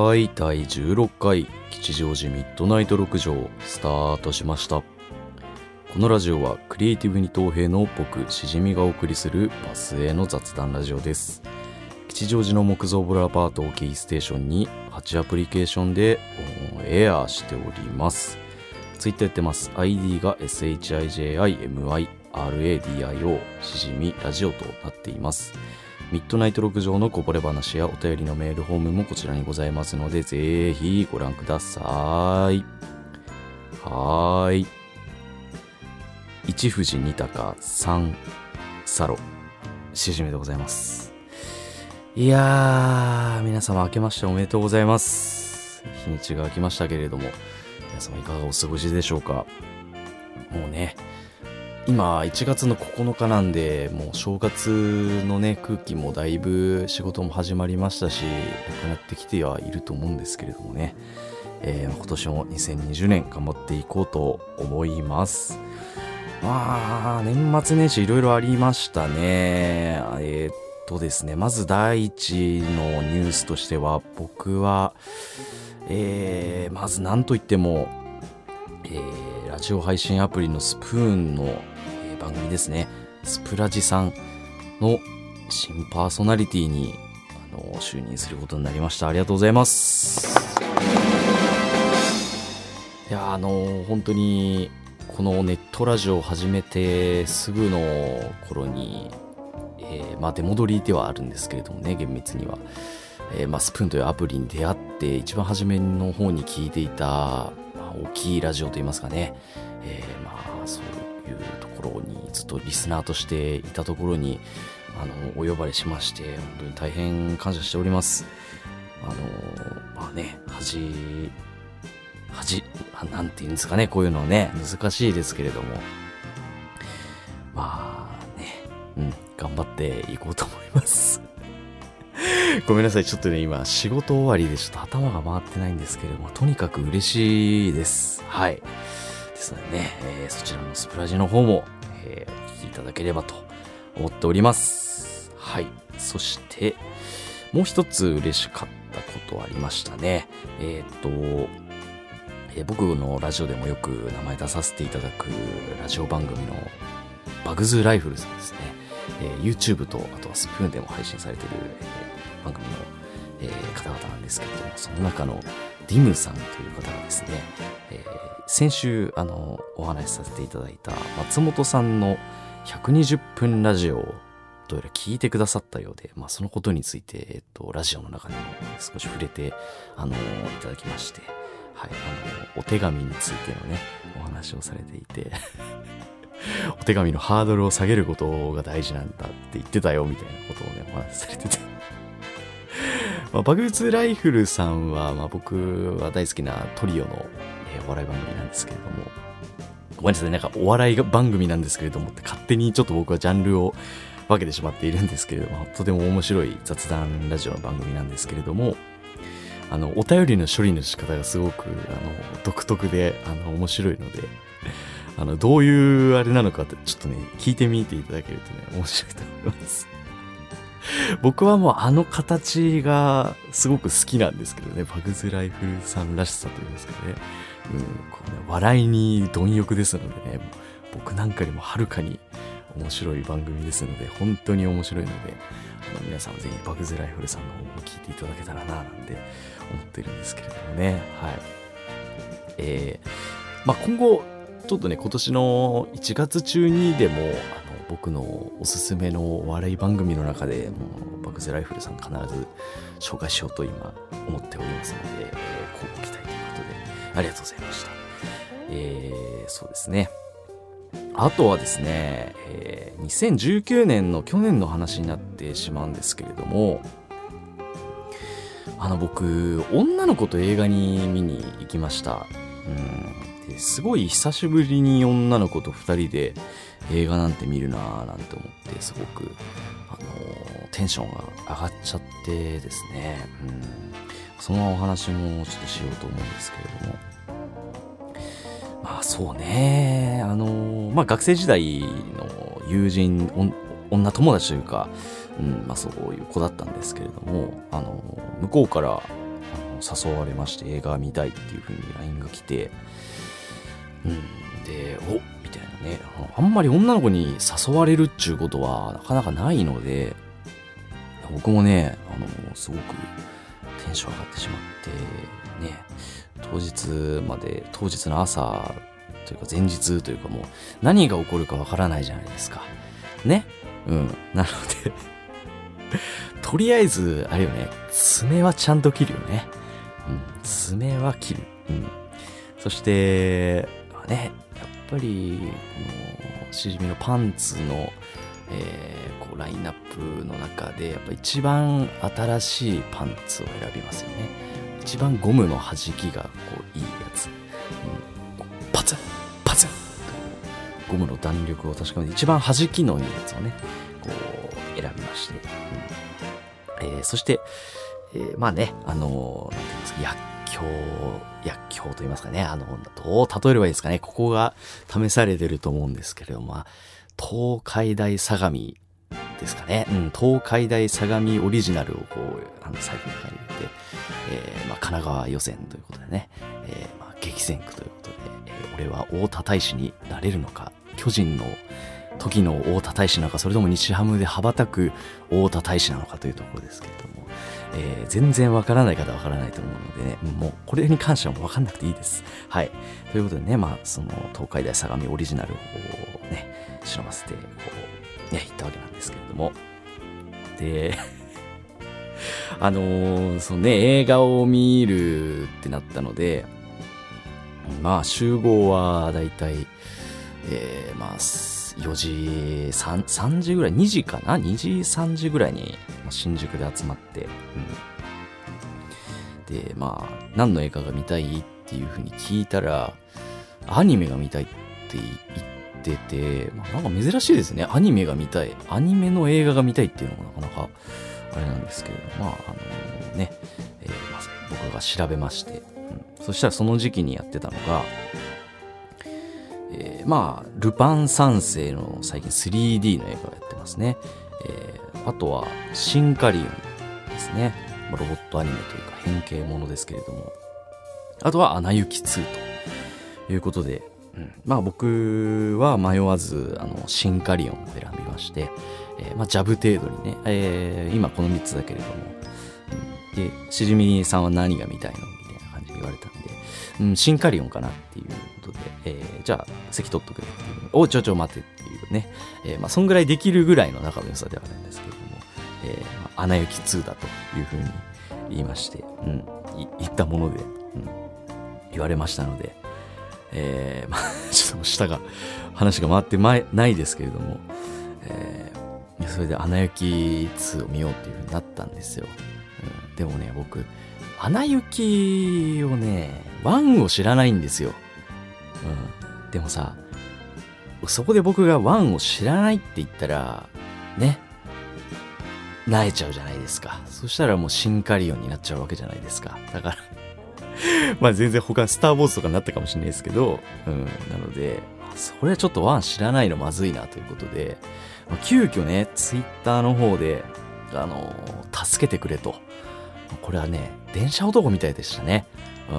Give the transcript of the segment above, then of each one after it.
はい、第16回吉祥寺ミッドナイト6畳スタートしました。このラジオはクリエイティブに透平の僕しじみがお送りするバスへの雑談ラジオです。吉祥寺の木造ボロアパートをキーステーションに8アプリケーションでオンエアしております。ツイッターやってます。 ID が SHIJIMIRADIO しじみラジオとなっています。ミッドナイト6畳のこぼれ話やお便りのメールフォームもこちらにございますので、ぜひご覧ください。はーい。一富士二鷹三サロしじみでございます。いやー、皆様明けましておめでとうございます。日にちが明けましたけれども、皆様いかがお過ごしでしょうか。もうね、今1月の9日なんで、もう正月のね空気もだいぶ仕事も始まりましたし、なくなってきてはいると思うんですけれどもね、今年も2020年頑張っていこうと思います。まあ年末年始いろいろありましたね。ですね、まず第一のニュースとしては、僕は、まず何といっても、ラジオ配信アプリのスプーンの、番組ですね、スプラジさんの新パーソナリティに就任することになりました。ありがとうございます。いや、本当にこのネットラジオを始めてすぐの頃に、出戻りではあるんですけれどもね、厳密には、スプーンというアプリに出会って一番初めの方に聞いていた、大きいラジオといいますかね、そういうところにずっとリスナーとしていたところにお呼ばれしまして、本当に大変感謝しております。なんていうんですかね、こういうのね難しいですけれども、頑張っていこうと思いますごめんなさい、ちょっとね今仕事終わりでちょっと頭が回ってないんですけれども、とにかく嬉しいです。はい。ですのでね、そちらのスプラジの方も、お聞きいただければと思っております。はい。そしてもう一つ嬉しかったことありましたね。僕のラジオでもよく名前出させていただくラジオ番組のバグズライフルさんですね。YouTube とあとはスプーンでも配信されている、番組の、方々なんですけれども、その中のディムさんという方がですね、先週お話しさせていただいた松本さんの120分ラジオをどうやら聞いてくださったようで、そのことについて、ラジオの中でも少し触れていただきまして、はい、お手紙についてのねお話をされていてお手紙のハードルを下げることが大事なんだって言ってたよみたいなことをねお話しされててバグズライフルさんは、僕は大好きなトリオの、お笑い番組なんですけれども、ごめんなさい、なんかお笑い番組なんですけれどもって勝手にちょっと僕はジャンルを分けてしまっているんですけれども、とても面白い雑談ラジオの番組なんですけれども、お便りの処理の仕方がすごく独特で面白いので、どういうあれなのかってちょっとね聞いてみていただけるとね面白いと思います僕はもう形がすごく好きなんですけどね、バグズライフルさんらしさといいますかね、笑いに貪欲ですのでね、僕なんかよりもはるかに面白い番組ですので、本当に面白いので、皆さんぜひバグズライフルさんの方も聞いていただけたらななんて思ってるんですけれどもね。はい。今後ちょっとね、今年の1月中にでも僕のおすすめのお笑い番組の中でもうバグズライフルさん必ず紹介しようと今思っておりますので、こうご期待ということでありがとうございました。そうですね。あとはですね、2019年の去年の話になってしまうんですけれども、僕女の子と映画に見に行きました。すごい久しぶりに女の子と2人で映画なんて見るなぁなんて思って、すごくテンションが上がっちゃってですね、そのお話もちょっとしようと思うんですけれども、そうね、学生時代の友人、女友達というか、そういう子だったんですけれども、向こうから誘われまして、映画見たいっていう風に LINE が来て、で、みたいなね、あんまり女の子に誘われるっちゅうことはなかなかないので、僕もね、すごくテンション上がってしまってね、当日の朝というか前日というか、もう何が起こるかわからないじゃないですかね。なのでとりあえずあれよね、爪はちゃんと切るよね。爪は切る。そしてね、やっぱりこのしじみのパンツのこうラインナップの中でやっぱ一番新しいパンツを選びますよね。一番ゴムの弾きがこういいやつ、パツンパツンゴムの弾力を確かめて一番弾きのいいやつをねこう選びまして、そしてまあねなんて言いますか、薬莢と言いますかね、どう例えればいいですかね。ここが試されてると思うんですけれども、東海大相模ですかね。東海大相模オリジナルをこう財布の中に入れて、神奈川予選ということでね、激戦区ということで、俺は大田大使になれるのか、巨人の時の大田大使なのか、それとも日ハムで羽ばたく大田大使なのかというところですけれども、全然わからない方はわからないと思うのでね、もうこれに関してはもうわかんなくていいです。はい。ということでね、その東海大相模オリジナルをね、忍ばせて、こう、ね、行ったわけなんですけれども。で、そのね、映画を見るってなったので、集合はだいたい、4時、3時ぐらい、2時かな ?2 時、3時ぐらいに新宿で集まって、で、何の映画が見たいっていう風に聞いたら、アニメが見たいって言ってて、なんか珍しいですね。アニメが見たい。アニメの映画が見たいっていうのもなかなか、あれなんですけれど、僕が調べまして、そしたらその時期にやってたのが、ルパン三世の最近 3D の映画をやってますね。あとはシンカリオンですね。ロボットアニメというか変形ものですけれども、あとはアナ雪2ということで、僕は迷わずシンカリオンを選びまして、ジャブ程度にね、今この3つだけれども、でしじみさんは何が見たいのみたいな感じで言われたんで、シンカリオンかなっていうことで、じゃあ席取っとくれっていう、ちょ待てっていうね、そんぐらいできるぐらいの仲の良さではあるんですけれども、アナ雪2だというふうに言いまして、言ったもので、言われましたので、ちょっと下が話が回ってないですけれども、それでアナ雪2を見ようっていうふうになったんですよ。でもね、僕アナ雪をね1を知らないんですよ。でもさ、そこで僕が1を知らないって言ったらね、萎えちゃうじゃないですか。そしたらもうシンカリオンになっちゃうわけじゃないですか。だから全然他スターウォーズとかになったかもしれないですけど、なのでそれはちょっと1知らないのまずいなということで、急遽ねツイッターの方で助けてくれと。これはね電車男みたいでしたね。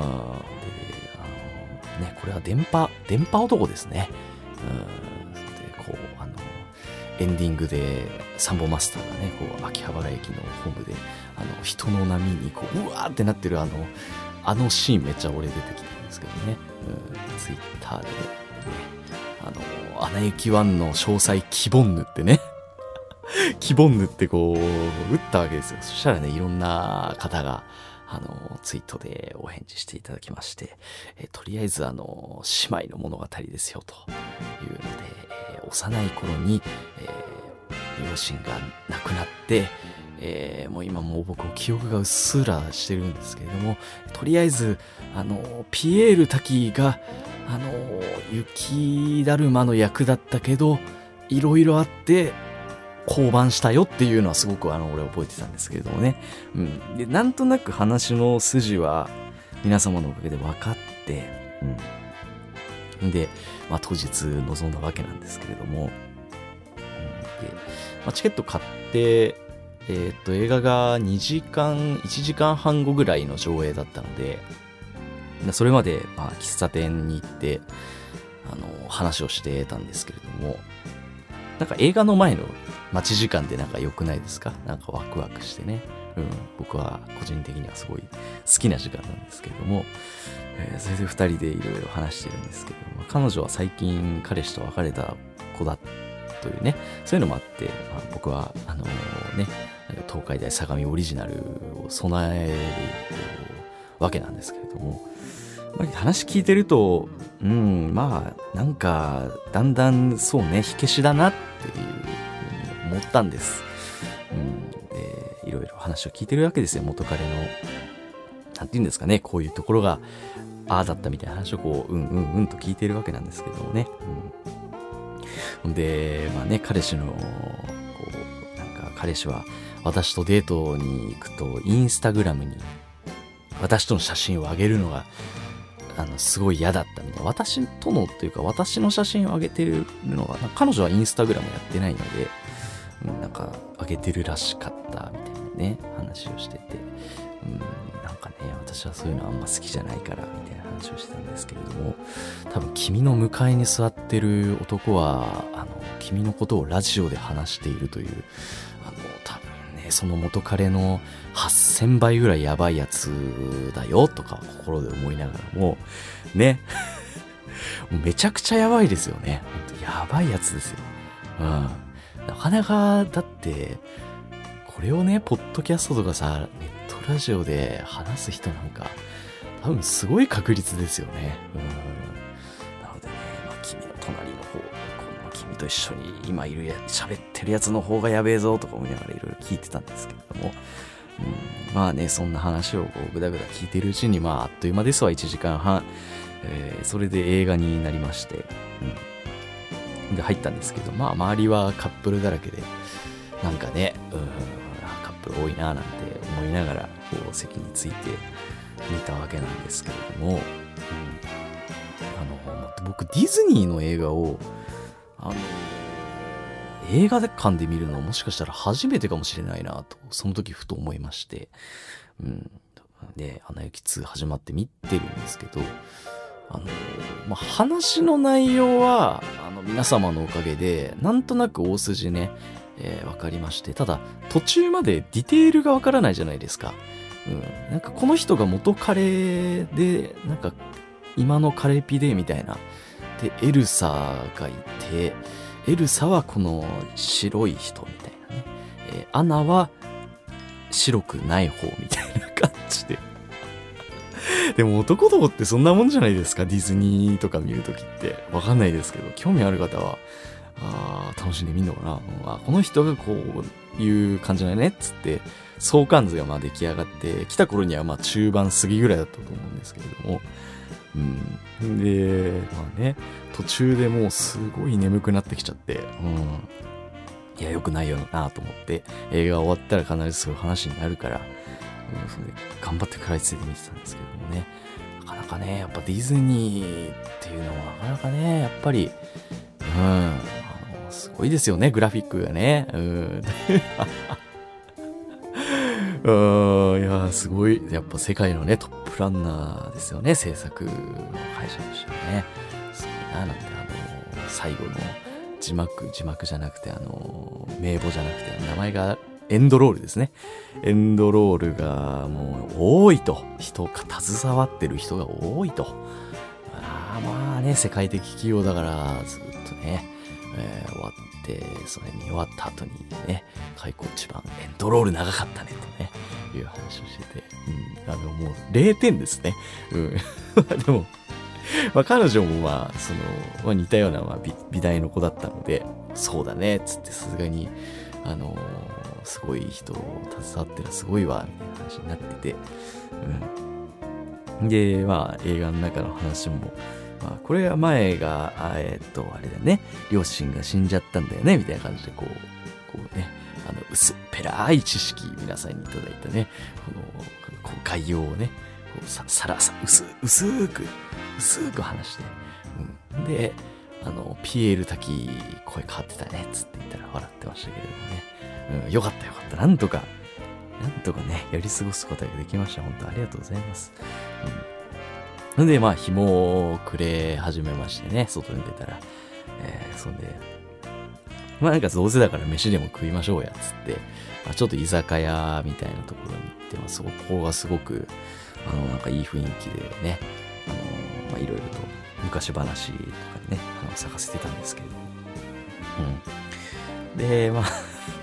でこれは電波男ですね。でこうエンディングでサンボマスターがねこう秋葉原駅のホームで人の波にこうわーってなってるあのシーンめっちゃ俺出てきたんですけどね。ツイッターで、ね、アナ雪1の詳細キボンヌってねキボンヌってこう打ったわけですよ。そしたらねいろんな方がツイートでお返事していただきまして、とりあえず姉妹の物語ですよというので、幼い頃に、両親が亡くなって、もう今もう僕も記憶がうっすらしてるんですけれども、とりあえずピエール滝が雪だるまの役だったけどいろいろあって降板したよっていうのはすごく俺覚えてたんですけれどもね。でなんとなく話の筋は皆様のおかげで分かって、で、当日臨んだわけなんですけれども、でチケット買って映画が1時間半後ぐらいの上映だったので、それまで、喫茶店に行って、話をしてたんですけれども、なんか映画の前の待ち時間でなんか良くないですか？なんかワクワクしてね。僕は個人的にはすごい好きな時間なんですけれども、それで二人でいろいろ話してるんですけども、彼女は最近彼氏と別れた子だというね、そういうのもあって、僕は東海大相模オリジナルを備えるわけなんですけれども、話聞いてると、なんかだんだんそうね、火消しだなっていうふうに思ったんです。でいろいろ話を聞いてるわけですよ。元彼のなんていうんですかね、こういうところがああだったみたいな話をこうと聞いてるわけなんですけどもね。で彼氏のなんか彼氏は私とデートに行くとインスタグラムに私との写真を上げるのがすごい嫌だったみたいな。私とのっていうか、私の写真を上げてるのが、彼女はインスタグラムやってないので、なんか上げてるらしかったみたいなね、話をしてて、なんかね、私はそういうのあんま好きじゃないからみたいな話をしてたんですけれども、多分君の向かいに座ってる男は君のことをラジオで話しているという、多分ね、その元彼の8000倍ぐらいやばいやつだよとか心で思いながらもねめちゃくちゃやばいですよね。本当やばいやつですよ。なかなかだってこれをね、ポッドキャストとかさ、ネットラジオで話す人なんか多分すごい確率ですよね。なのでね、君の隣の方、君と一緒に今いる喋ってるやつの方がやべえぞとか思いながらいろいろ聞いてたんですけれども、そんな話をぐだぐだ聞いてるうちに、あっという間ですわ、1時間半。それで映画になりまして、で入ったんですけど、周りはカップルだらけで、なんかね、カップル多いななんて思いながら、席について見たわけなんですけれども、僕ディズニーの映画を映画館で見るのはもしかしたら初めてかもしれないなと、その時ふと思いまして、で、アナ雪2始まって見てるんですけど、話の内容は、皆様のおかげで、なんとなく大筋ね、わかりまして、ただ、途中までディテールがわからないじゃないですか。なんかこの人が元彼で、なんか今の彼ピでみたいな。で、エルサがいて、エルサはこの白い人みたいなね。アナは白くない方みたいな感じで。でも男の子ってそんなもんじゃないですか。ディズニーとか見るときって。わかんないですけど、興味ある方は、楽しんでみんのかな。この人がこういう感じだねっつって、相関図が出来上がって、来た頃には中盤過ぎぐらいだったと思うんですけれども。で、途中でもうすごい眠くなってきちゃって、いや、良くないよなと思って、映画終わったら必ずそういう話になるから、それで頑張って食らいついて見てたんですけどもね、なかなかね、やっぱディズニーっていうのはなかなかね、やっぱり、すごいですよね、グラフィックがね。いや、すごい、やっぱ世界のね、トップランナーですよね、制作の会社としてはね。すごいな、なんて最後の字幕じゃなくて、名簿じゃなくて、名前がエンドロールですね。エンドロールがもう多いと。携わってる人が多いと。世界的企業だから、ずっとね、終わって、それ見終わった後にね、開口一番、エンドロール長かったね、とね、いう話をしてて、もう0点ですね。でも、彼女も似たような、美大の子だったので、そうだね、つってさすがに、すごい人を携わってるすごいわ、みたいな話になってて、で、映画の中の話も、これは前が、あれだね、両親が死んじゃったんだよね、みたいな感じで、こうね、薄っぺらい知識、皆さんにいただいたね、こう概要をね、薄く話して、で、ピエール滝声変わってたね、つって言ったら笑ってましたけれどもね。 よかったよかった。なんとかね、やり過ごすことができました。本当ありがとうございます。んで、まあ、日も暮れ始めましてね、外に出たら。そんで、まあなんかどうせだから飯でも食いましょうや、つって、まあ、ちょっと居酒屋みたいなところに行って、まあ、そこがすごく、なんかいい雰囲気でね、まあいろいろと昔話とかにね、咲かせてたんですけれども。で、まあ、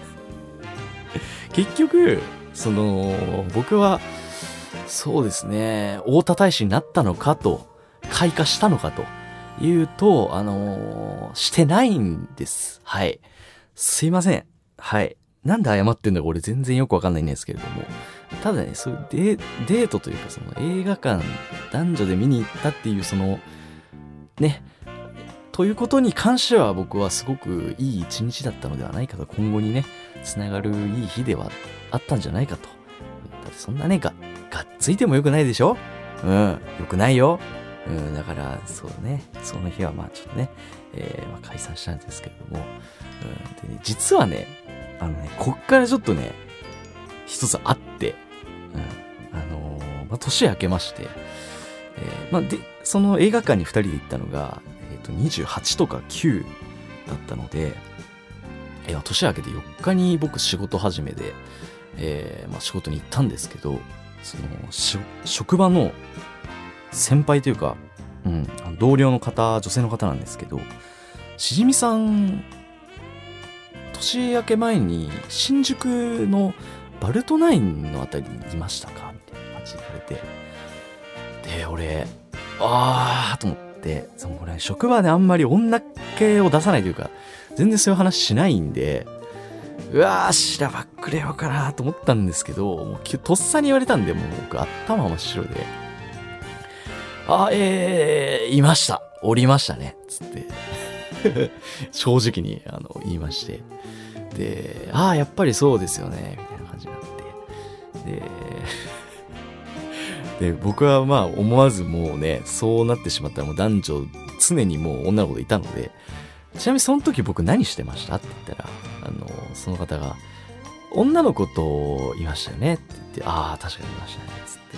結局、僕は、そうですね、大田大使になったのかと、開花したのかというと、してないんです。はい。すいません。はい。なんで謝ってんだか俺全然よくわかんないんですけれども。ただね、そういうデートというか、映画館、男女で見に行ったっていう、ね、ということに関しては僕はすごくいい一日だったのではないかと、今後にね、つながるいい日ではあったんじゃないかと。だってそんなね、がっついてもよくないでしょ？よくないよ。だから、そうね、その日はまあちょっとね、まあ解散したんですけれども、でね、実はね、こっからちょっとね、一つあって、まあ年明けまして、まあで、その映画館に2人で行ったのが、28とか9だったので、年明けて4日に僕仕事始めで、まあ仕事に行ったんですけど、職場の先輩というか、同僚の方、女性の方なんですけど、しじみさん、年明け前に新宿のバルトナインのあたりにいましたかみたいな感じで言われて。で、俺、と思って、俺、職場であんまり女系を出さないというか、全然そういう話しないんで、しらばっくれようかなと思ったんですけど、もうとっさに言われたんで、もう僕頭真っ白で、いました。おりましたね。つって。正直に、言いまして。で、やっぱりそうですよね。みたいな感じになって。で、僕はまあ思わずもうね、そうなってしまったらもう男女、常にもう女の子でいたので、ちなみにその時僕何してましたって言ったら、その方が、女の子といましたよねって言って、確かにいましたね。つって、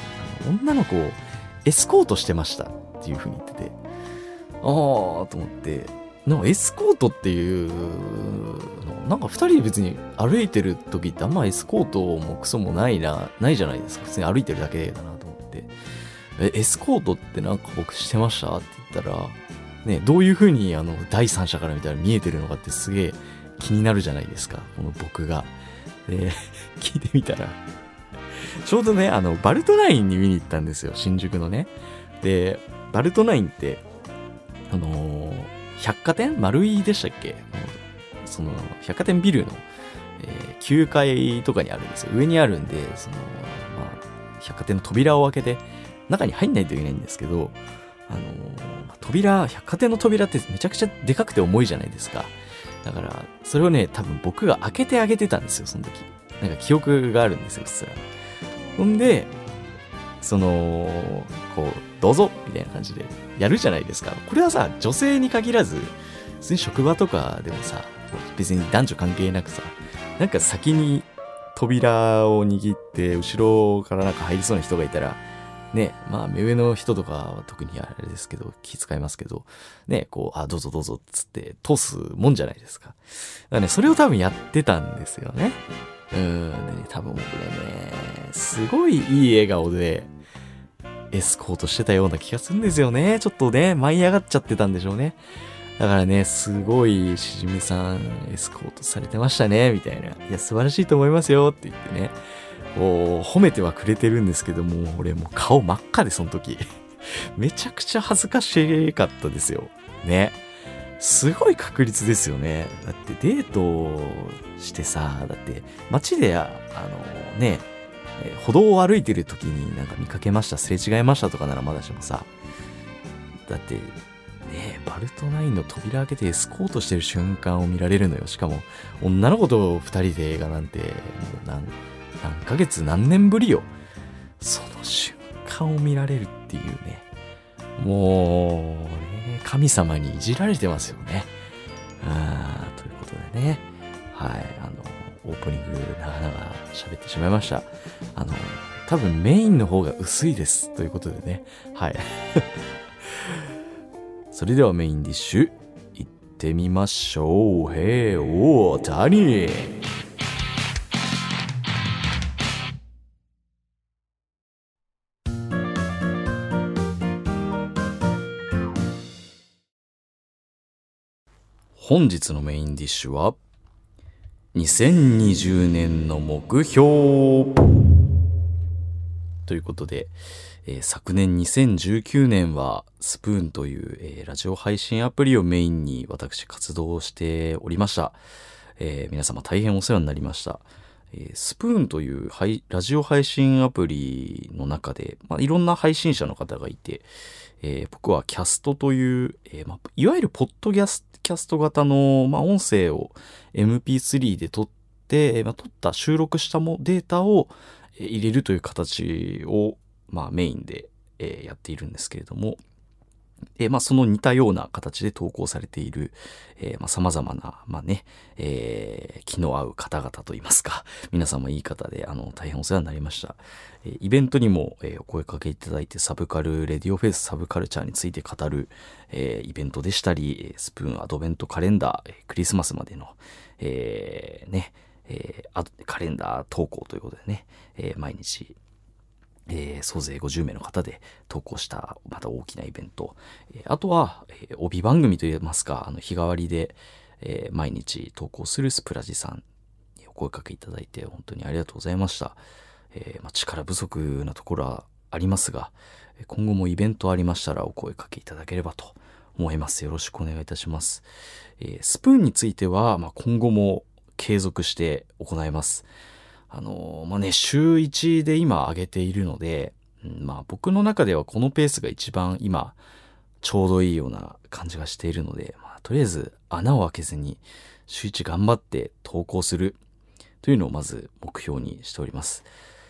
女の子をエスコートしてましたっていう風に言ってて、と思って、なんかエスコートっていうの、なんか二人で別に歩いてる時ってあんまエスコートもクソもないじゃないですか。普通に歩いてるだけだなと思って。エスコートってなんか僕してましたって言ったら、ね、どういう風に第三者から見たら見えてるのかってすげえ気になるじゃないですか。この僕が。で、聞いてみたら、ちょうどね、バルトナインに見に行ったんですよ。新宿のね。で、バルトナインって、百貨店丸井でしたっけ？百貨店ビルの、9階とかにあるんですよ。上にあるんで、百貨店の扉を開けて、中に入んないといけないんですけど、百貨店の扉ってめちゃくちゃでかくて重いじゃないですか。だから、それをね、多分僕が開けてあげてたんですよ、その時。なんか記憶があるんですよ、実は。ほんで、どうぞみたいな感じでやるじゃないですか。これはさ、女性に限らず、普通に職場とかでもさ、別に男女関係なくさ、なんか先に扉を握って、後ろからなんか入りそうな人がいたら、ね、まあ目上の人とかは特にあれですけど、気遣いますけど、ね、どうぞどうぞっつって通すもんじゃないですか。だからね、それを多分やってたんですよね。でね、多分僕ね、すごいいい笑顔で、エスコートしてたような気がするんですよね。ちょっとね、舞い上がっちゃってたんでしょうね。だからね、すごい、しじみさん、エスコートされてましたね、みたいな。いや、素晴らしいと思いますよ、って言ってね。褒めてはくれてるんですけども、俺もう顔真っ赤で、その時。めちゃくちゃ恥ずかしかったですよ。ね。すごい確率ですよね。だってデートしてさ、だって街で、ね、歩道を歩いてる時になんか見かけました、すれ違いましたとかならまだしもさ、だって、ね、バルトナインの扉開けてエスコートしてる瞬間を見られるのよ。しかも、女の子と二人で映画なんて、もう何ヶ月何年ぶりよ。その瞬間を見られるっていうね。もう、ね、神様にいじられてますよね。ということでね。はい、 オープニング長々喋ってしまいました。多分メインの方が薄いです。ということでね。はい。それではメインディッシュ、行ってみましょう。へー、おー、タニー。本日のメインディッシュは、2020年の目標ということで、昨年2019年はスプーンという、ラジオ配信アプリをメインに私活動しておりました。皆様大変お世話になりました。スプーンというラジオ配信アプリの中で、いろんな配信者の方がいて、僕はキャストという、いわゆるポッドキャスト型の、音声を MP3 で撮って、撮った収録したデータを入れるという形を、メインで、やっているんですけれども、その似たような形で投稿されている、様々な、気の合う方々といいますか、皆様いい方で、大変お世話になりました。イベントにも、お声かけいただいて、サブカル、レディオフェイスサブカルチャーについて語る、イベントでしたり、スプーンアドベントカレンダー、クリスマスまでの、カレンダー投稿ということでね、毎日、総勢50名の方で投稿したまた大きなイベント、あとは、帯番組といいますか、日替わりで、毎日投稿するスプラジさんにお声かけいただいて本当にありがとうございました。力不足なところはありますが、今後もイベントありましたらお声かけいただければと思います。よろしくお願いいたします。スプーンについては、今後も継続して行います。週1で今上げているので、僕の中ではこのペースが一番今ちょうどいいような感じがしているので、とりあえず穴を開けずに週1頑張って投稿するというのをまず目標にしております。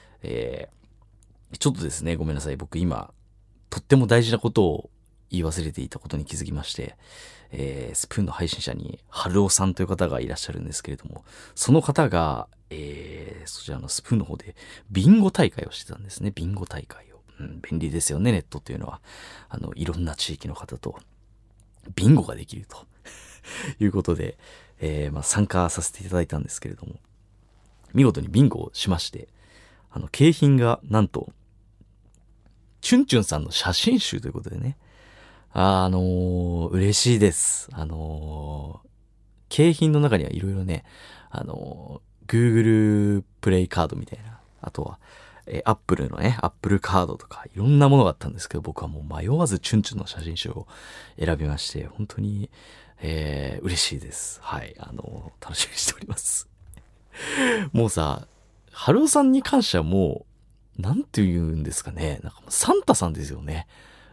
ちょっとですね、ごめんなさい。僕今とっても大事なことを言い忘れていたことに気づきまして、スプーンの配信者に春尾さんという方がいらっしゃるんですけれども、その方が、そちらのスプーンの方でビンゴ大会をしてたんですね。ビンゴ大会を。便利ですよね、ネットっていうのは。いろんな地域の方とビンゴができるということで、参加させていただいたんですけれども、見事にビンゴをしまして、景品がなんと、チュンチュンさんの写真集ということでね、嬉しいです。景品の中にはいろいろね、Google プレイカードみたいな、あとは、Apple のね、Apple カードとか、いろんなものがあったんですけど、僕はもう迷わずチュンチュンの写真集を選びまして、本当に、嬉しいです。はい。楽しみにしております。もうさ、春尾さんに関してはもう、なんて言うんですかね。なんかサンタさんですよね。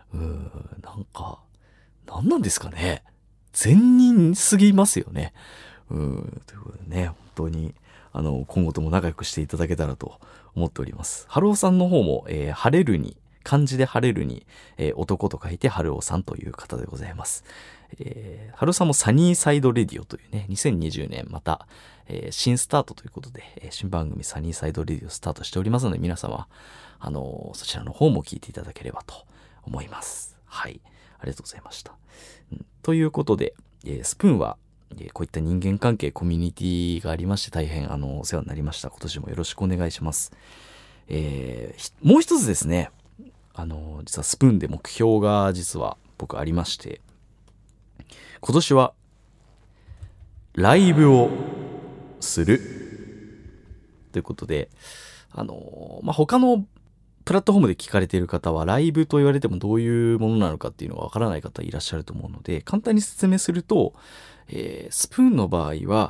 なんなんですかね。善人すぎますよね。ということでね、本当に、今後とも仲良くしていただけたらと思っております。春尾さんの方も、晴れるに、漢字で晴れるに、男と書いて春尾さんという方でございます。春尾さんもサニーサイドレディオというね、2020年また、新スタートということで、新番組サニーサイドレディオスタートしておりますので、皆様、そちらの方も聞いていただければと思います。はい。ありがとうございました。ということで、スプーンは、こういった人間関係、コミュニティがありまして大変お世話になりました。今年もよろしくお願いします。もう一つですね、実はスプーンで目標が実は僕ありまして、今年はライブをするということで、他のプラットフォームで聞かれている方はライブと言われてもどういうものなのかっていうのがわからない方いらっしゃると思うので、簡単に説明すると、スプーンの場合は、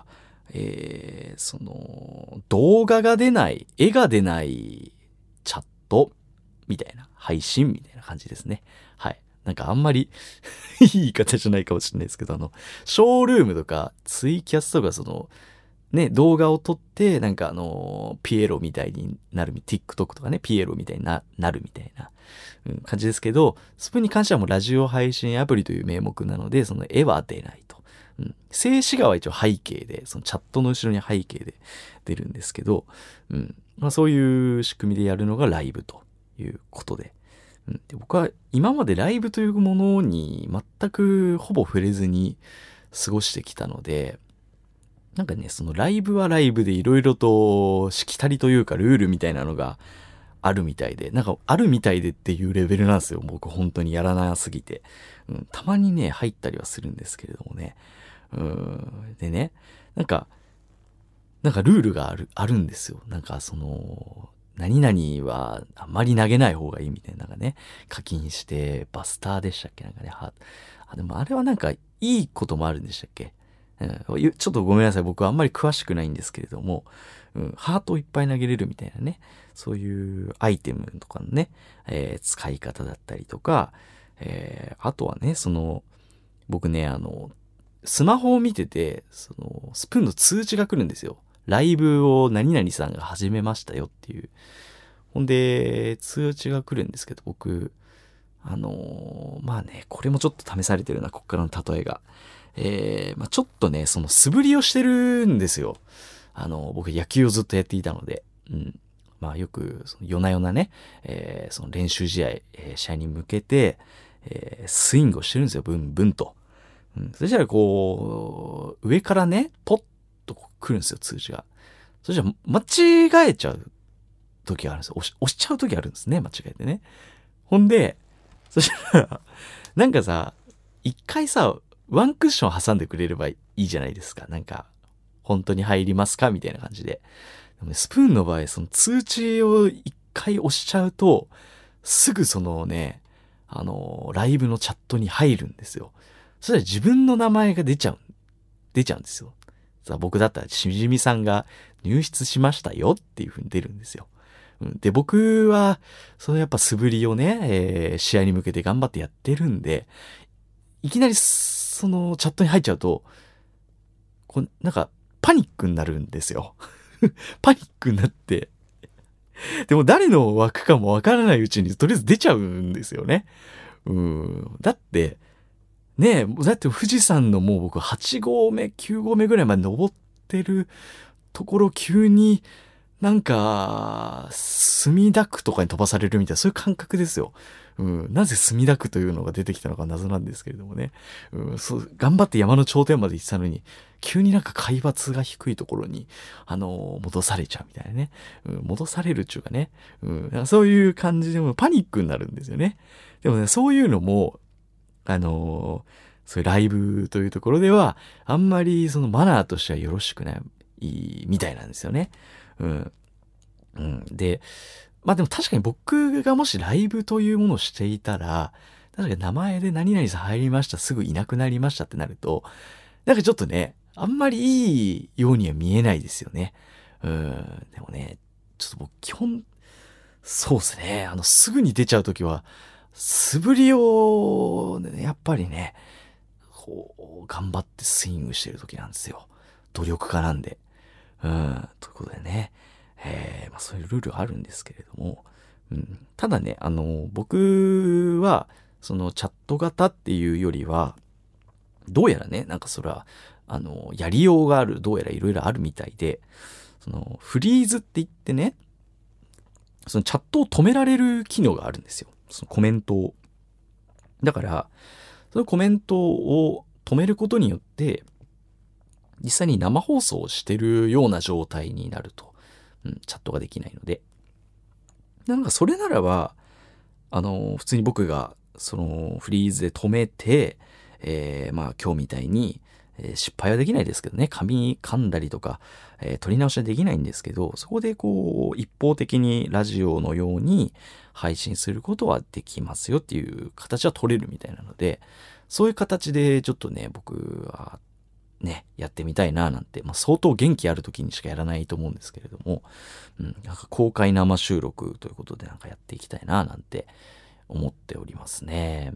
動画が出ない、絵が出ないチャットみたいな、配信みたいな感じですね。はい。なんかあんまりいい言い方じゃないかもしれないですけど、ショールームとかツイキャスとか動画を撮って、ピエロみたいになる、TikTok とかね、ピエロみたいになるみたいな、感じですけど、スプーンに関してはもうラジオ配信アプリという名目なので、その絵は出ないと。 静止画は一応背景で、そのチャットの後ろに背景で出るんですけど、そういう仕組みでやるのがライブということで、で僕は今までライブというものに全くほぼ触れずに過ごしてきたので、なんかね、そのライブはライブでいろいろとしきたりというかルールみたいなのがあるみたいで、なんかあるみたいでっていうレベルなんですよ。僕本当にやらなすぎて。たまにね、入ったりはするんですけれどもね。でね、なんかルールがあるんですよ。なんか何々はあんまり投げない方がいいみたいなのがね、課金してバスターでしたっけなんかね。でもあれはなんかいいこともあるんでしたっけ？ちょっとごめんなさい。僕はあんまり詳しくないんですけれども、ハートをいっぱい投げれるみたいなね、そういうアイテムとかのね、使い方だったりとか、あとはね、僕ね、スマホを見てて、スプーンの通知が来るんですよ。ライブを何々さんが始めましたよっていう。ほんで、通知が来るんですけど、僕、まあね、これもちょっと試されてるな、こっからの例えが。ちょっとね、素振りをしてるんですよ。僕野球をずっとやっていたので、よく、夜な夜なね、その練習試合、試合に向けて、スイングをしてるんですよ、ブンブンと。そしたら上からね、ポッと来るんですよ、通知が。そしたら間違えちゃう時があるんですよ。押しちゃう時あるんですね、間違えてね。ほんで、そしたら、なんかさ、一回さ、ワンクッション挟んでくれればいいじゃないですか。なんか、本当に入りますかみたいな感じで。でもね、スプーンの場合、その通知を一回押しちゃうと、すぐライブのチャットに入るんですよ。そしたら自分の名前が出ちゃうんですよ。さあ僕だったらしじみさんが入室しましたよっていう風に出るんですよ。で、僕は、やっぱ素振りをね、試合に向けて頑張ってやってるんで、いきなりチャットに入っちゃうと、なんかパニックになるんですよ。パニックになって、でも誰の枠かもわからないうちにとりあえず出ちゃうんですよね。だって富士山のもう僕8合目、9合目ぐらいまで登ってるところ急になんか墨田区とかに飛ばされるみたいなそういう感覚ですよ。なぜ墨田区というのが出てきたのか謎なんですけれどもね。頑張って山の頂点まで行ってたのに、急になんか海抜が低いところに、戻されちゃうみたいなね。戻されるっていうかね。そういう感じでもパニックになるんですよね。でもね、そういうのも、そういうライブというところでは、あんまりマナーとしてはよろしくないみたいなんですよね。で、でも確かに僕がもしライブというものをしていたら、確かに名前で何々さん入りました、すぐいなくなりましたってなると、なんかちょっとね、あんまりいいようには見えないですよね。でもね、ちょっと僕基本、そうですね、すぐに出ちゃうときは、素振りを、ね、やっぱりね、頑張ってスイングしてるときなんですよ。努力家なんで。ということでね。そういうルールがあるんですけれども、ただね、僕は、チャット型っていうよりは、どうやらね、なんかそれは、やりようがある、どうやらいろいろあるみたいで、フリーズって言ってね、チャットを止められる機能があるんですよ。コメントを。だから、そのコメントを止めることによって、実際に生放送をしてるような状態になると。チャットができないので。なんかそれならば、普通に僕が、フリーズで止めて、今日みたいに、失敗はできないですけどね、噛んだりとか、取り直しはできないんですけど、そこで一方的にラジオのように配信することはできますよっていう形は取れるみたいなので、そういう形でちょっとね、僕はね、やってみたいななんて、相当元気ある時にしかやらないと思うんですけれども、なんか公開生収録ということでなんかやっていきたいななんて思っておりますね。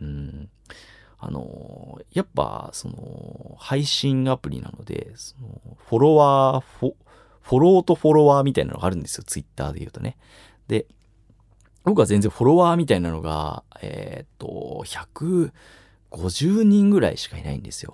やっぱ配信アプリなので、フォローとフォロワーみたいなのがあるんですよ、ツイッターで言うとね。で、僕は全然フォロワーみたいなのが、150人ぐらいしかいないんですよ。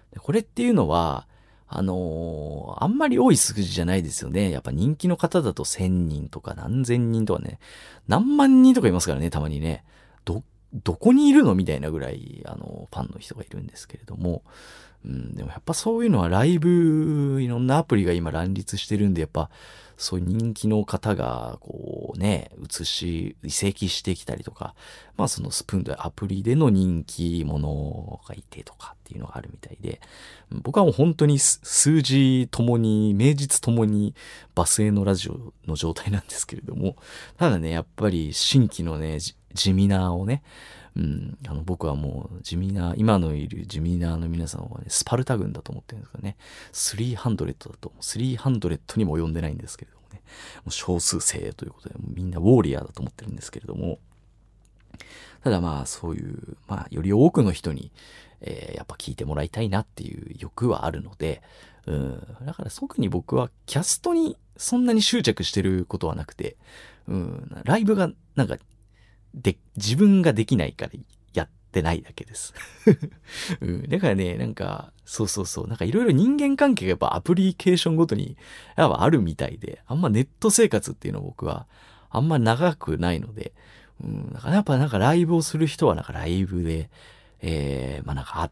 でこれっていうのは、あんまり多い数字じゃないですよね。やっぱ人気の方だと1000人とか何千人とかね、何万人とかいますからね、たまにね。どこにいるのみたいなぐらい、ファンの人がいるんですけれども、でもやっぱそういうのはライブ、いろんなアプリが今乱立してるんで、やっぱそういう人気の方がこうね、移籍してきたりとか、まあそのスプーンというアプリでの人気者がいてとかっていうのがあるみたいで、僕はもう本当に数字ともに、名実ともにバスへのラジオの状態なんですけれども、ただね、やっぱり新規のね、地味なをね、僕はもう今のいる地味なの皆さんはね、スパルタ軍だと思ってるんですけどね、300だと、300にも及んでないんですけれどもね、もう少数精鋭ということで、みんなウォーリアーだと思ってるんですけれども、ただまあそういう、まあより多くの人に、やっぱ聞いてもらいたいなっていう欲はあるので、だから特に僕はキャストにそんなに執着してることはなくて、ライブがなんか自分ができないからやってないだけです。だからね、なんか、なんかいろいろ人間関係がやっぱアプリケーションごとにやっぱあるみたいで、あんまネット生活っていうの僕はあんま長くないので、だからやっぱなんかライブをする人はなんかライブで、まあなんかあって、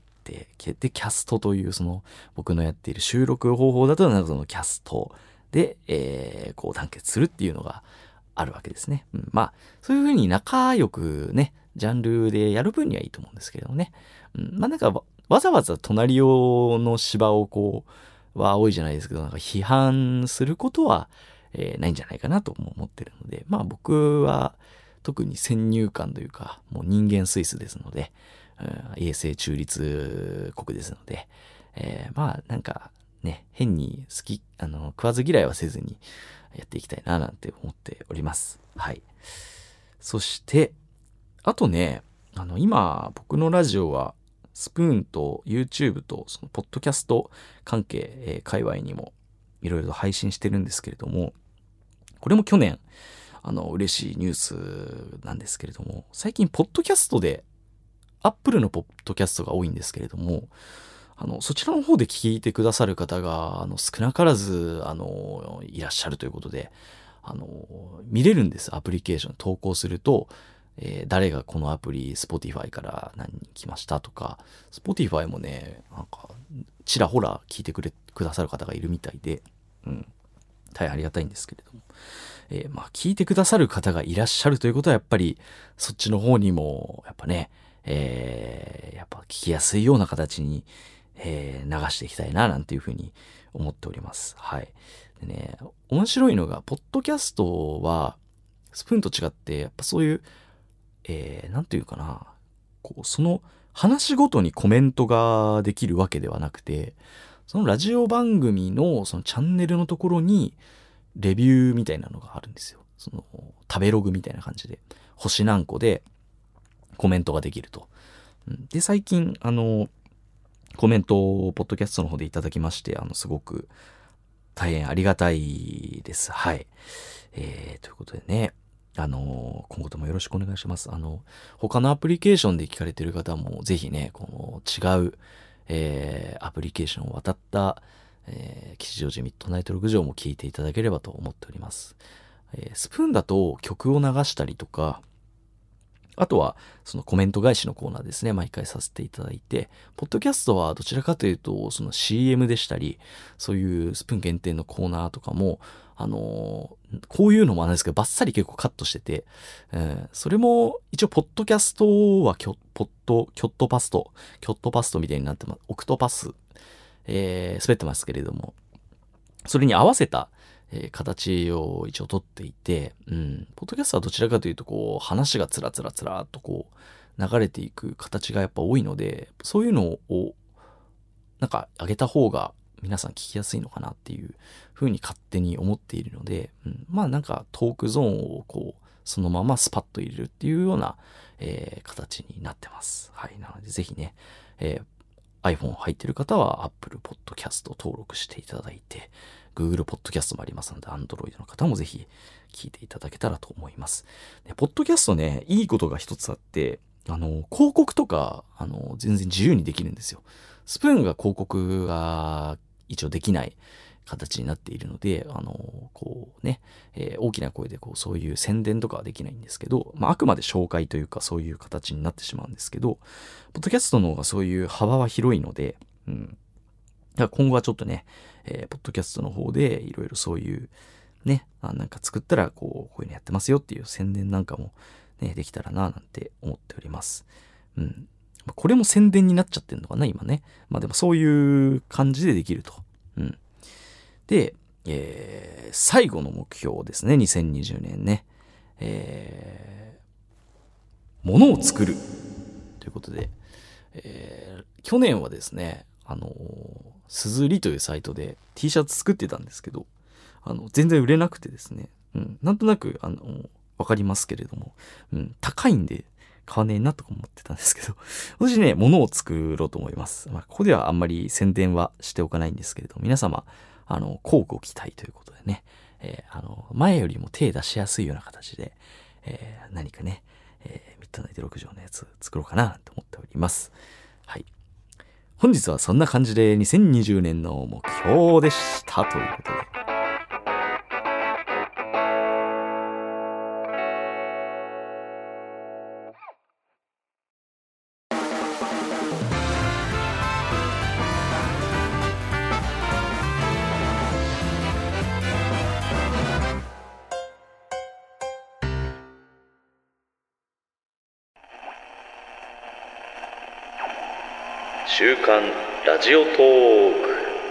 で、キャストというその僕のやっている収録方法だとなんかそのキャストで、こう団結するっていうのがあるわけですね。まあ、そういうふうに仲良くね、ジャンルでやる分にはいいと思うんですけれどもね。まあなんかわざわざ隣用の芝をは多いじゃないですけど、なんか批判することは、ないんじゃないかなとも思ってるので、まあ僕は特に先入観というか、もう人間スイスですので、衛星中立国ですので、まあなんかね、変に食わず嫌いはせずにやっていきたいななんて思っております。はい。そして、あとね、今僕のラジオはスプーンと YouTube とそのポッドキャスト関係、界隈にもいろいろと配信してるんですけれども、これも去年嬉しいニュースなんですけれども、最近ポッドキャストでApple のポッドキャストが多いんですけれども、そちらの方で聞いてくださる方が、少なからず、いらっしゃるということで、見れるんです。アプリケーション投稿すると、誰がこのアプリ Spotify から何人来ましたとか、Spotify もね、なんか、ちらほら聞いてくださる方がいるみたいで、大変ありがたいんですけれども。まあ、聞いてくださる方がいらっしゃるということは、やっぱり、そっちの方にも、やっぱね、やっぱ聞きやすいような形に、流していきたいな、なんていうふうに思っております。はい。でね、面白いのが、ポッドキャストは、スプーンと違って、やっぱそういう、なんていうかな、その話ごとにコメントができるわけではなくて、そのラジオ番組のそのチャンネルのところに、レビューみたいなのがあるんですよ。その、食べログみたいな感じで、星何個でコメントができると。で、最近、コメントをポッドキャストの方でいただきまして、すごく大変ありがたいです。はい。ということでね、今後ともよろしくお願いします。他のアプリケーションで聞かれている方も、ぜひね、この違う、アプリケーションを渡った、吉祥寺ミッドナイト6条も聞いていただければと思っております。スプーンだと曲を流したりとか、あとはそのコメント返しのコーナーですね、毎回させていただいて、ポッドキャストはどちらかというと、その CM でしたり、そういうスプーン限定のコーナーとかも、こういうのもあるんですけど、バッサリ結構カットしてて、それも一応ポッドキャストはキョットパストみたいになってます。オクトパス、滑ってますけれども、それに合わせた、形を一応取っていて、ポッドキャストはどちらかというと、話がつらつらっと流れていく形がやっぱ多いので、そういうのを、なんか上げた方が皆さん聞きやすいのかなっていうふうに勝手に思っているので、まあなんかトークゾーンをそのままスパッと入れるっていうような、形になってます。はい。なのでぜひね、iPhone 入ってる方は Apple Podcast 登録していただいて、Google Podcast もありますので、Android の方もぜひ聞いていただけたらと思います。ポッドキャストね、いいことが一つあって、 広告とか、全然自由にできるんですよ。スプーンが広告が一応できない形になっているので、こうね、大きな声でそういう宣伝とかはできないんですけど、あくまで紹介というかそういう形になってしまうんですけど、ポッドキャストの方がそういう幅は広いので、だから今後はちょっとね、ポッドキャストの方でいろいろそういうね、なんか作ったらこういうのやってますよっていう宣伝なんかもね、できたらななんて思っております。これも宣伝になっちゃってんのかな、今ね。でもそういう感じでできると。で、最後の目標ですね、2020年ね。物を作るということで、去年はですね、すずりというサイトで T シャツ作ってたんですけど、全然売れなくてですね、なんとなく、わかりますけれども、高いんで買わねえなとか思ってたんですけど、私ね、物を作ろうと思います。ここではあんまり宣伝はしておかないんですけれども、皆様、乞うご期待ということでね、前よりも手出しやすいような形で、何かね、ミッドナイト6畳のやつ作ろうかなと思っております。はい。本日はそんな感じで2020年の目標でしたということで。週刊ラジオトーク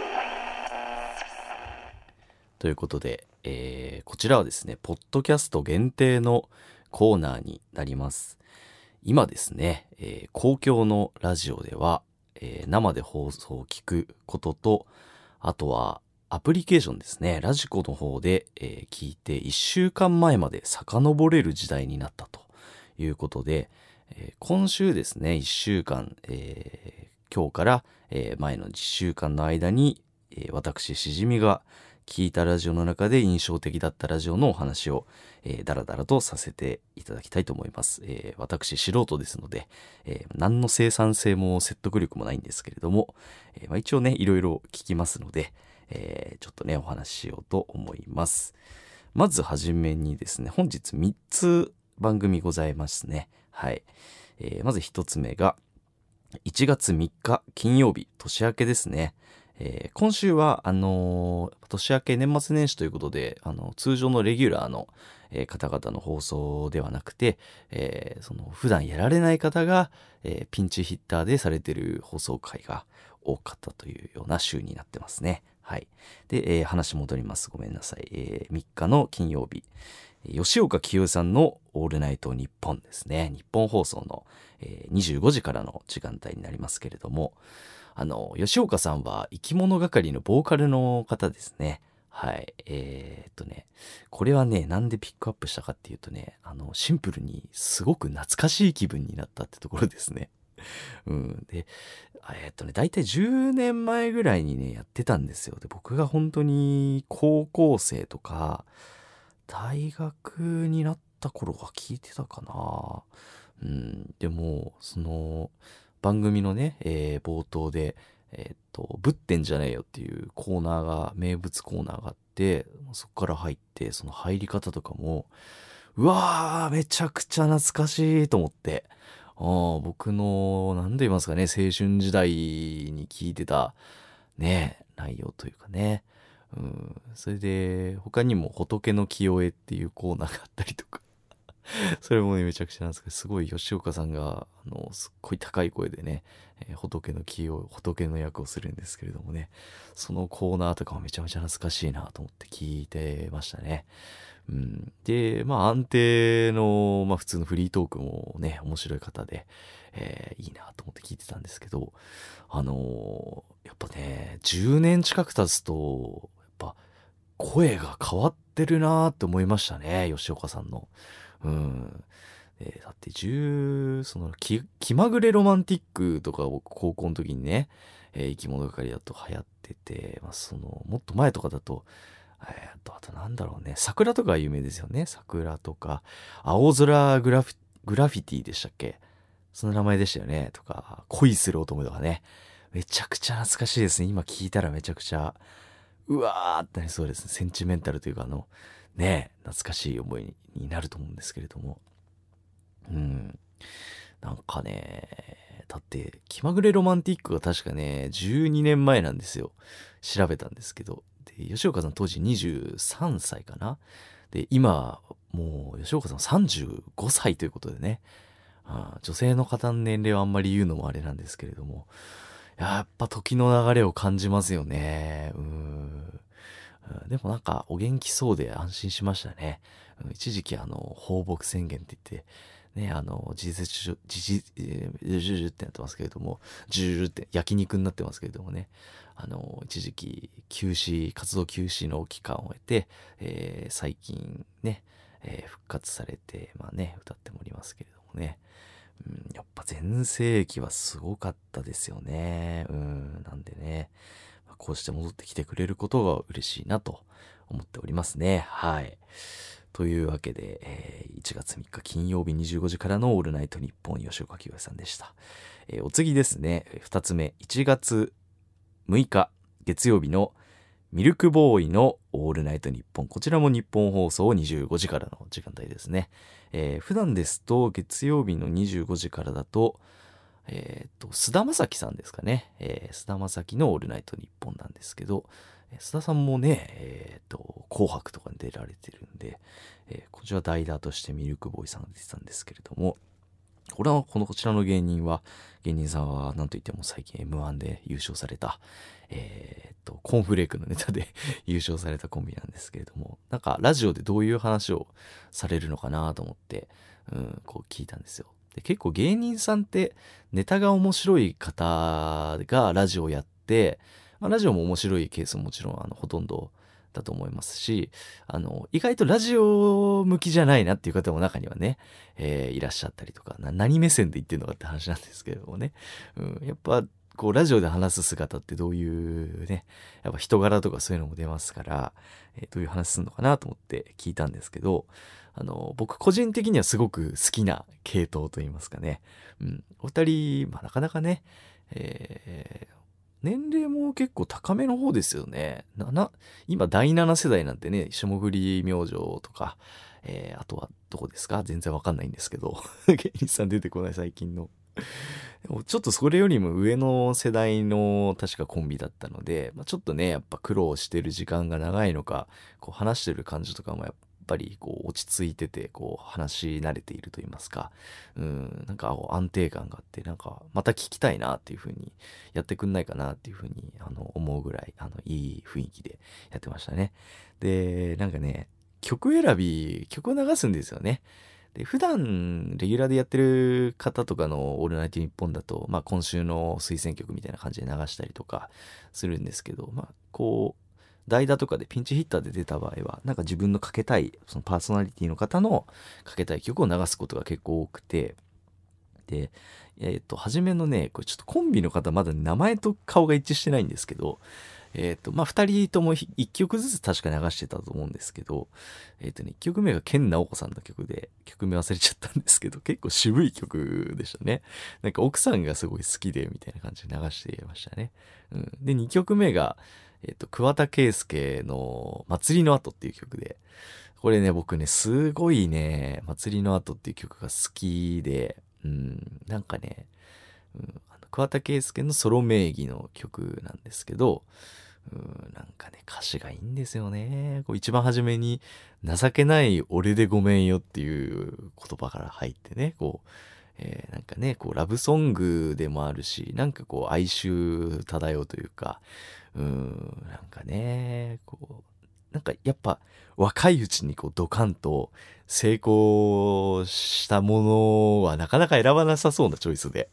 ということで、こちらはですね、ポッドキャスト限定のコーナーになります。今ですね、公共のラジオでは、生で放送を聞くことと、あとはアプリケーションですね、ラジコの方で、聞いて1週間前まで遡れる時代になったということで、今週ですね、1週間、今日から、前の1週間の間に、私しじみが聞いたラジオの中で印象的だったラジオのお話を、だらだらとさせていただきたいと思います。私素人ですので、何の生産性も説得力もないんですけれども、一応ねいろいろ聞きますので、ちょっとねお話ししようと思います。まずはじめにですね、本日3つ番組ございますね。はい。まず1つ目が1月3日金曜日、年明けですね。今週は年明け年末年始ということで通常のレギュラーの、方々の放送ではなくて、その普段やられない方が、ピンチヒッターでされている放送回が多かったというような週になってますね。はい。で、話戻ります。ごめんなさい。3日の金曜日、吉岡清江さんのオールナイトニッポンですね。日本放送の、25時からの時間帯になりますけれども、吉岡さんは生き物係のボーカルの方ですね。はい。これはね、なんでピックアップしたかっていうとね、シンプルにすごく懐かしい気分になったってところですね。で、だいたい10年前ぐらいにね、やってたんですよ。で、僕が本当に高校生とか、大学になった頃は聞いてたかな。でも、その、番組のね、冒頭で、ぶってんじゃねえよっていうコーナーが、名物コーナーがあって、そこから入って、その入り方とかも、うわー、めちゃくちゃ懐かしいと思って、僕の、なんで言いますかね、青春時代に聞いてた、ね、内容というかね。それで、他にも仏の清江っていうコーナーがあったりとか、それもね、めちゃくちゃなんですけど、すごい吉岡さんが、すっごい高い声でね、仏の仏の役をするんですけれどもね、そのコーナーとかもめちゃめちゃ懐かしいなと思って聞いてましたね。で、安定の、普通のフリートークもね、面白い方で、いいなと思って聞いてたんですけど、やっぱね、10年近く経つと、やっぱ声が変わってるなって思いましたね、吉岡さんの。だってその気まぐれロマンティックとか僕高校の時にね、生き物係だと流行ってて、そのもっと前とかだと、あとなんだろうね、桜とかは有名ですよね。桜とか青空グラフィティでしたっけ。 その名前でしたよね。とか、恋する乙女とかね。めちゃくちゃ懐かしいですね。今聞いたらめちゃくちゃ、うわーってなりそうですね。センチメンタルというかね、懐かしい思いになると思うんですけれども。なんかね、だって、気まぐれロマンティックが確かね、12年前なんですよ。調べたんですけど。で、吉岡さん当時23歳かな。で、今、もう吉岡さん35歳ということでね。女性の方の年齢はあんまり言うのもあれなんですけれども、やっぱ時の流れを感じますよね。でもなんかお元気そうで安心しましたね。一時期放牧宣言って言って、ね、事実上、ジュジュジュってなってますけれども、ジュジュって焼肉になってますけれどもね、一時期活動休止の期間を経て、最近ね、復活されて、まあね、歌ってもおりますけれどもね。やっぱ全盛期はすごかったですよね。なんでね、こうして戻ってきてくれることが嬉しいなと思っておりますね。はい。というわけで、1月3日金曜日25時からのオールナイトニッポン吉岡清さんでした。お次ですね、2つ目、1月6日月曜日のミルクボーイのオールナイトニッポン。こちらも日本放送25時からの時間帯ですね。普段ですと月曜日の25時からだと、菅田将暉さんですかね。菅田将暉のオールナイトニッポンなんですけど、菅田さんもね、紅白とかに出られてるんで、こちら代打としてミルクボーイさんが出てたんですけれども、こちらの芸人さんはなんといっても最近 M1 で優勝された、コーンフレークのネタで優勝されたコンビなんですけれども、なんかラジオでどういう話をされるのかなと思って、こう聞いたんですよ。で、結構芸人さんってネタが面白い方がラジオやって、まあ、ラジオも面白いケースももちろんほとんどだと思いますし、意外とラジオ向きじゃないなっていう方も中にはね、いらっしゃったりとか、何目線で言ってんのかって話なんですけれどもね。やっぱ、こう、ラジオで話す姿ってどういうね、やっぱ人柄とかそういうのも出ますから、どういう話するのかなと思って聞いたんですけど、僕個人的にはすごく好きな系統といいますかね。お二人、まあ、なかなかね、年齢も結構高めの方ですよね。今第7世代なんてね、霜降り明星とか、あとはどこですか全然わかんないんですけど、芸人さん出てこない最近の。でもちょっとそれよりも上の世代の確かコンビだったので、まあ、ちょっとね、やっぱ苦労してる時間が長いのか、こう話してる感じとかもやっぱりこう落ち着いてて、こう話し慣れていると言いますか、なんか安定感があって、なんかまた聞きたいなっていう風にやってくんないかなっていう風に思うぐらい、いい雰囲気でやってましたね。で、なんかね、曲を流すんですよね。で、普段、レギュラーでやってる方とかのオールナイトニッポンだと、まあ今週の推薦曲みたいな感じで流したりとかするんですけど、まあこう、代打とかでピンチヒッターで出た場合は、なんか自分のかけたい、そのパーソナリティの方のかけたい曲を流すことが結構多くて、で、初めのね、これちょっとコンビの方まだ名前と顔が一致してないんですけど、まあ、二人とも一曲ずつ確か流してたと思うんですけど、一曲目が健直子さんの曲で、曲名忘れちゃったんですけど、結構渋い曲でしたね。なんか奥さんがすごい好きで、みたいな感じで流してましたね。で、二曲目が、桑田佳祐の祭りの後っていう曲で、これね、僕ね、すごいね、祭りの後っていう曲が好きで、なんかね、桑田佳祐のソロ名義の曲なんですけど、なんかね、歌詞がいいんですよね。こう一番初めに、情けない俺でごめんよっていう言葉から入ってね、こう、なんかね、こうラブソングでもあるし、なんかこう哀愁漂うというか、なんかね、こう、なんかやっぱ若いうちにこうドカンと成功したものはなかなか選ばなさそうなチョイスで、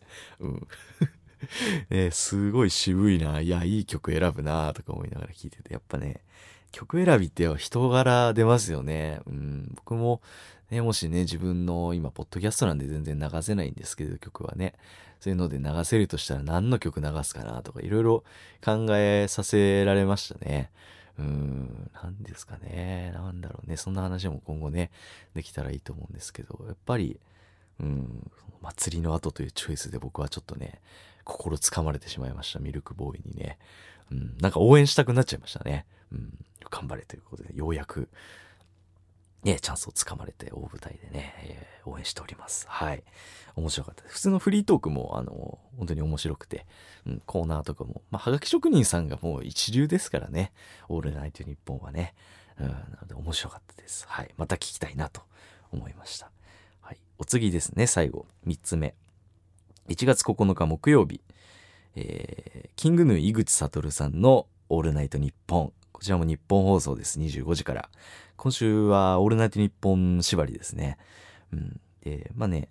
すごい渋いな。いや、いい曲選ぶなとか思いながら聴いてて、やっぱね、曲選びって人柄出ますよね。僕も、ね、もしね、自分の今、ポッドキャストなんで全然流せないんですけど、曲はね。そういうので流せるとしたら何の曲流すかなとか、いろいろ考えさせられましたね。なんですかね。なんだろうね。そんな話も今後ね、できたらいいと思うんですけど、やっぱり、 祭りの後というチョイスで僕はちょっとね、心つかまれてしまいました。ミルクボーイにね。なんか応援したくなっちゃいましたね。頑張れということで、ようやく、ね、チャンスをつかまれて大舞台でね、応援しております。はい。面白かったです。普通のフリートークも、本当に面白くて、コーナーとかも、はがき職人さんがもう一流ですからね。オールナイトニッポンはね。なので面白かったです。はい。また聞きたいなと思いました。はい。お次ですね、最後、3つ目。1月9日木曜日、キングヌー井口悟さんのオールナイトニッポン。こちらも日本放送です。25時から。今週はオールナイトニッポン縛りですね。で、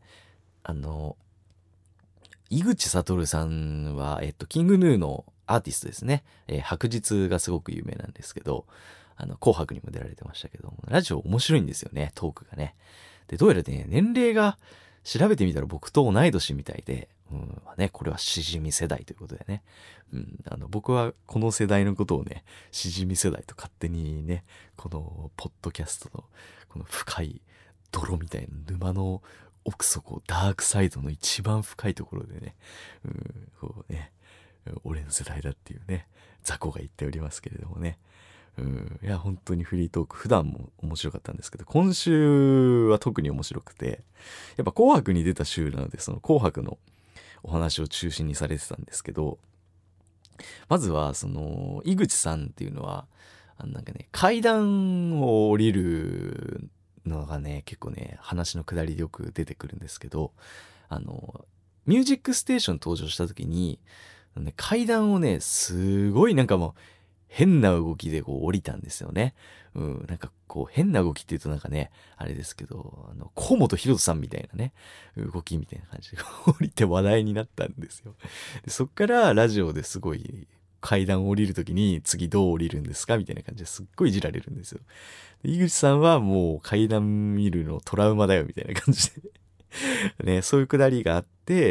井口悟さんは、キングヌーのアーティストですね。白日がすごく有名なんですけど、紅白にも出られてましたけど、ラジオ面白いんですよね、トークがね。で、どうやらね、年齢が調べてみたら僕と同い年みたいで、これはしじみ世代ということでね。僕はこの世代のことをね、しじみ世代と勝手にね、このポッドキャストのこの深い泥みたいな沼の奥底、ダークサイドの一番深いところでね、こうね、俺の世代だっていうね、雑魚が言っておりますけれどもね。いや、本当にフリートーク、普段も面白かったんですけど、今週は特に面白くて、やっぱ紅白に出た週なので、その紅白のお話を中心にされてたんですけど、まずは、井口さんっていうのは、階段を降りるのがね、結構ね、話の下りでよく出てくるんですけど、ミュージックステーション登場した時に、階段をね、すごいもう、変な動きでこう降りたんですよね。変な動きって言うとあれですけど、河本大翔さんみたいなね、動きみたいな感じで降りて話題になったんですよ。でそっからラジオですごい階段を降りるときに次どう降りるんですかみたいな感じですっごいいじられるんですよ。で井口さんはもう階段見るのトラウマだよみたいな感じでね、そういうくだりがあって、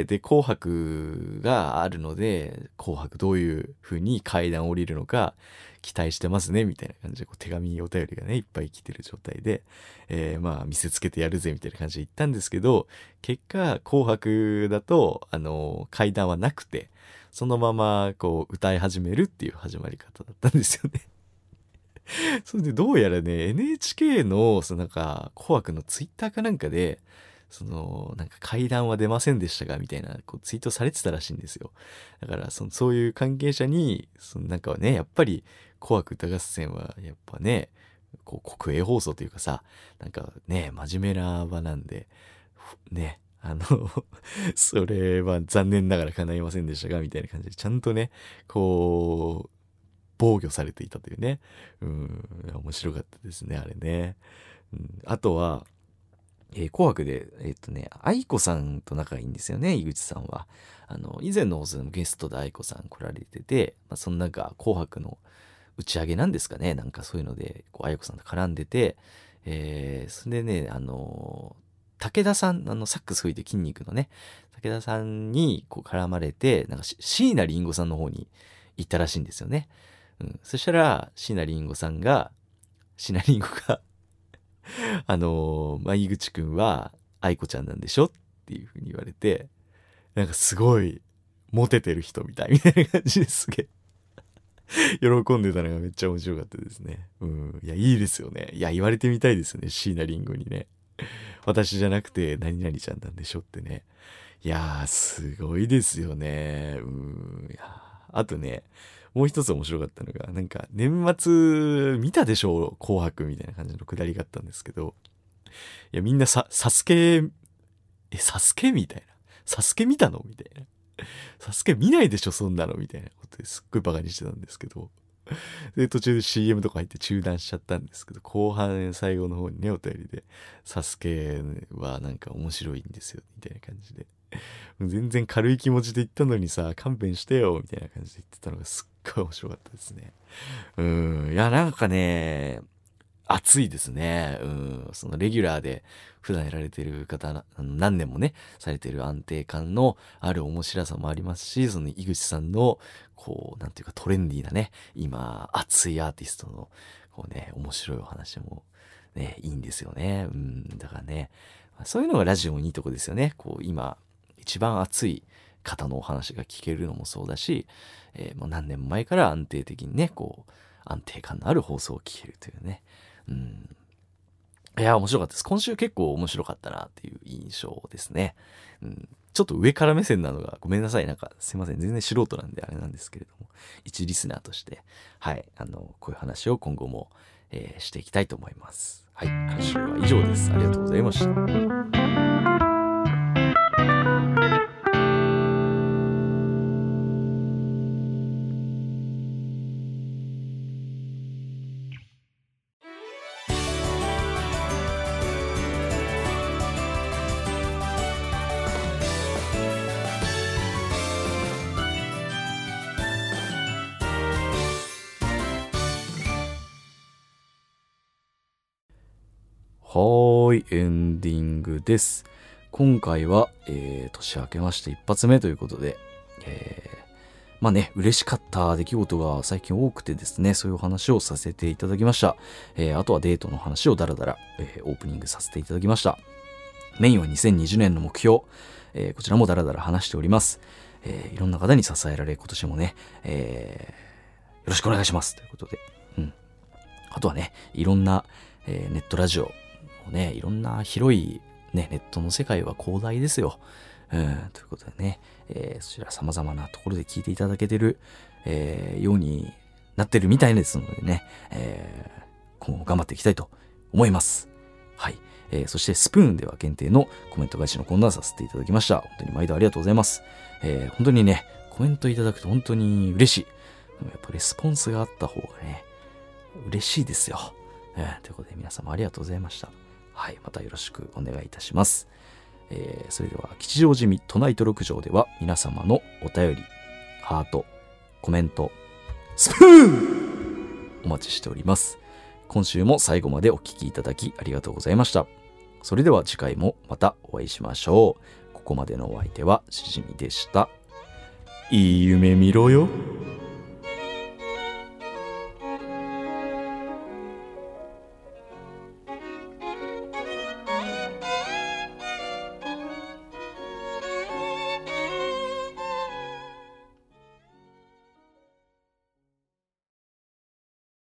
で、紅白があるので、紅白どういう風に階段を降りるのか期待してますね、みたいな感じで、手紙、お便りがね、いっぱい来てる状態で、見せつけてやるぜ、みたいな感じで言ったんですけど、結果、紅白だと、階段はなくて、そのまま、歌い始めるっていう始まり方だったんですよね。それで、どうやらね、NHK の、紅白のツイッターかなんかで、階段は出ませんでしたが、みたいな、ツイートされてたらしいんですよ。だから、そういう関係者に、やっぱり、紅白歌合戦は、やっぱね、国営放送というかさ、真面目な場なんで、ね、それは残念ながら叶いませんでしたが、みたいな感じで、ちゃんとね、防御されていたというね。面白かったですね、あれね。あとは、紅白で、愛子さんと仲いいんですよね、井口さんは。以前の放送でもゲストで愛子さん来られてて、その紅白の打ち上げなんですかね、そういうので、愛子さんと絡んでて、それでね、武田さん、サックス吹いて筋肉のね、武田さんに絡まれて、椎名林檎さんの方に行ったらしいんですよね。そしたら、椎名林檎が井口くんは愛子ちゃんなんでしょっていう風に言われて、すごいモテてる人みたいな感じですげえ喜んでたのがめっちゃ面白かったですね。いや、いいですよね。いや、言われてみたいですよね、椎名林檎にね。私じゃなくて何々ちゃんなんでしょってね。いやー、すごいですよね。いやあとね、もう一つ面白かったのが、年末見たでしょう紅白みたいな感じのくだりがあったんですけど、いや、みんなサスケみたいな。サスケ見たのみたいな。サスケ見ないでしょそんなのみたいなことですっごいバカにしてたんですけど。で、途中で CM とか入って中断しちゃったんですけど、後半最後の方にね、お便りで、サスケは面白いんですよ、みたいな感じで。全然軽い気持ちで言ったのにさ、勘弁してよ、みたいな感じで言ってたのがすっごい面白かったですね。いや、ね、熱いですね。そのレギュラーで普段やられてる方、何年もね、されてる安定感のある面白さもありますし、その井口さんの、なんていうかトレンディーなね、今、熱いアーティストの、面白いお話もね、いいんですよね。だからね、 そういうのがラジオのいいとこですよね。こう今一番熱い方のお話が聞けるのもそうだし、もう何年も前から安定的にね、こう安定感のある放送を聞けるというね。いや面白かったです。今週結構面白かったなっていう印象ですね。ちょっと上から目線なのがごめんなさい。なんかすいません。全然素人なんであれなんですけれども、一リスナーとしてはいこういう話を今後も、していきたいと思います。はい、今週は以上です。ありがとうございました。はい、エンディングです。今回は、年明けまして一発目ということで、まあね、嬉しかった出来事が最近多くてですね、そういうお話をさせていただきました。あとはデートの話をダラダラ、オープニングさせていただきました。メインは2020年の目標、こちらもダラダラ話しております。いろんな方に支えられ、今年もね、よろしくお願いしますということで、あとはね、いろんな、ネットラジオね、いろんな広い、ね、ネットの世界は広大ですよ。ということでね、そちら様々なところで聞いていただけてる、ようになってるみたいですのでね、今後も頑張っていきたいと思います。はい。そしてスプーンでは限定のコメント返しのコーナーさせていただきました。本当に毎度ありがとうございます。本当にね、コメントいただくと本当に嬉しい。やっぱレスポンスがあった方がね、嬉しいですよ。ということで皆様ありがとうございました。はい、またよろしくお願いいたします。それでは吉祥寺ミッドナイト6条では皆様のお便り、ハート、コメント、スプーンお待ちしております。今週も最後までお聞きいただきありがとうございました。それでは次回もまたお会いしましょう。ここまでのお相手はしじみでした。いい夢見ろよ。